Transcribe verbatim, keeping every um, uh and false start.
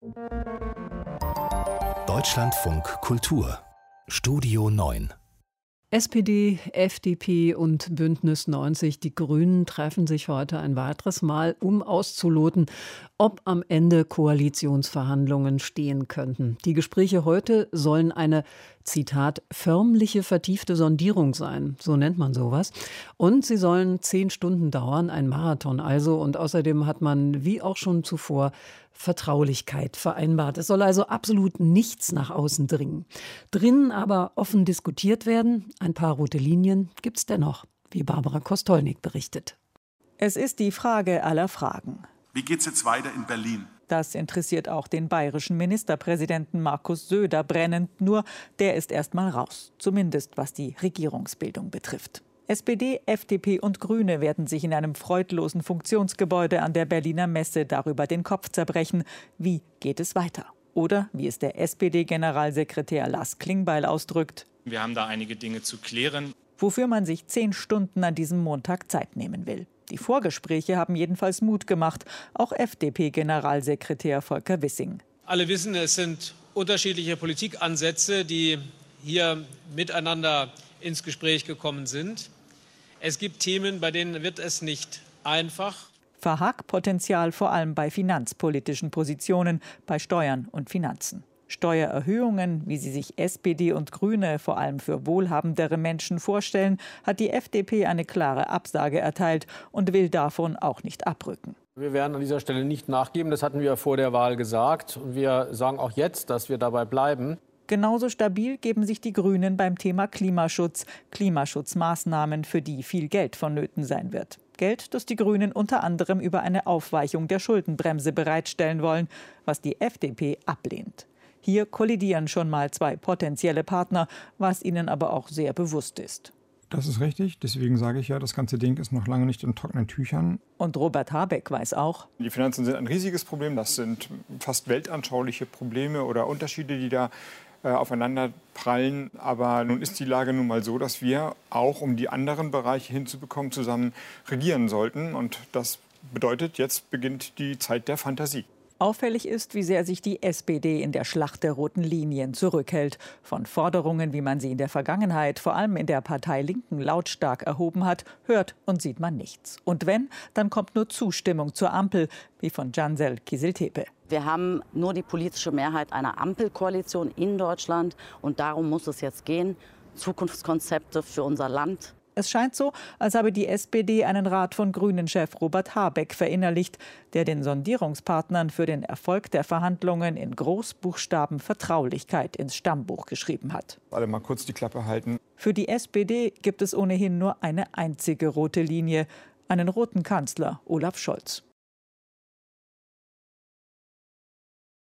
Deutschlandfunk Kultur Studio neun. S P D, F D P und Bündnis neunzig, die Grünen, treffen sich heute ein weiteres Mal, um auszuloten, ob am Ende Koalitionsverhandlungen stehen könnten. Die Gespräche heute sollen eine, Zitat, förmliche vertiefte Sondierung sein, so nennt man sowas. Und sie sollen zehn Stunden dauern, ein Marathon also. Und außerdem hat man, wie auch schon zuvor, Vertraulichkeit vereinbart. Es soll also absolut nichts nach außen dringen. Drinnen aber offen diskutiert werden. Ein paar rote Linien gibt's dennoch, wie Barbara Kostolnik berichtet. Es ist die Frage aller Fragen. Wie geht's jetzt weiter in Berlin? Das interessiert auch den bayerischen Ministerpräsidenten Markus Söder brennend. Nur der ist erst mal raus, zumindest was die Regierungsbildung betrifft. S P D, F D P und Grüne werden sich in einem freudlosen Funktionsgebäude an der Berliner Messe darüber den Kopf zerbrechen. Wie geht es weiter? Oder, wie es der S P D-Generalsekretär Lars Klingbeil ausdrückt: Wir haben da einige Dinge zu klären. Wofür man sich zehn Stunden an diesem Montag Zeit nehmen will. Die Vorgespräche haben jedenfalls Mut gemacht, auch F D P-Generalsekretär Volker Wissing. Alle wissen, es sind unterschiedliche Politikansätze, die hier miteinander ins Gespräch gekommen sind. Es gibt Themen, bei denen wird es nicht einfach. Verhackpotenzial vor allem bei finanzpolitischen Positionen, bei Steuern und Finanzen. Steuererhöhungen, wie sie sich S P D und Grüne vor allem für wohlhabendere Menschen vorstellen, hat die F D P eine klare Absage erteilt und will davon auch nicht abrücken. Wir werden an dieser Stelle nicht nachgeben, das hatten wir vor der Wahl gesagt. Und wir sagen auch jetzt, dass wir dabei bleiben. Genauso stabil geben sich die Grünen beim Thema Klimaschutz, Klimaschutzmaßnahmen, für die viel Geld vonnöten sein wird. Geld, das die Grünen unter anderem über eine Aufweichung der Schuldenbremse bereitstellen wollen, was die F D P ablehnt. Hier kollidieren schon mal zwei potenzielle Partner, was ihnen aber auch sehr bewusst ist. Das ist richtig, deswegen sage ich ja, das ganze Ding ist noch lange nicht in trockenen Tüchern. Und Robert Habeck weiß auch: Die Finanzen sind ein riesiges Problem, das sind fast weltanschauliche Probleme oder Unterschiede, die da äh, aufeinander prallen. Aber nun ist die Lage nun mal so, dass wir auch, um die anderen Bereiche hinzubekommen, zusammen regieren sollten. Und das bedeutet, jetzt beginnt die Zeit der Fantasie. Auffällig ist, wie sehr sich die S P D in der Schlacht der roten Linien zurückhält. Von Forderungen, wie man sie in der Vergangenheit vor allem in der Partei Linken lautstark erhoben hat, hört und sieht man nichts. Und wenn, dann kommt nur Zustimmung zur Ampel, wie von Cansel Kizil-Tepe. Wir haben nur die politische Mehrheit einer Ampelkoalition in Deutschland und darum muss es jetzt gehen. Zukunftskonzepte für unser Land. Es scheint so, als habe die S P D einen Rat von Grünen-Chef Robert Habeck verinnerlicht, der den Sondierungspartnern für den Erfolg der Verhandlungen in Großbuchstaben Vertraulichkeit ins Stammbuch geschrieben hat. Alle mal kurz die Klappe halten. Für die S P D gibt es ohnehin nur eine einzige rote Linie: einen roten Kanzler, Olaf Scholz.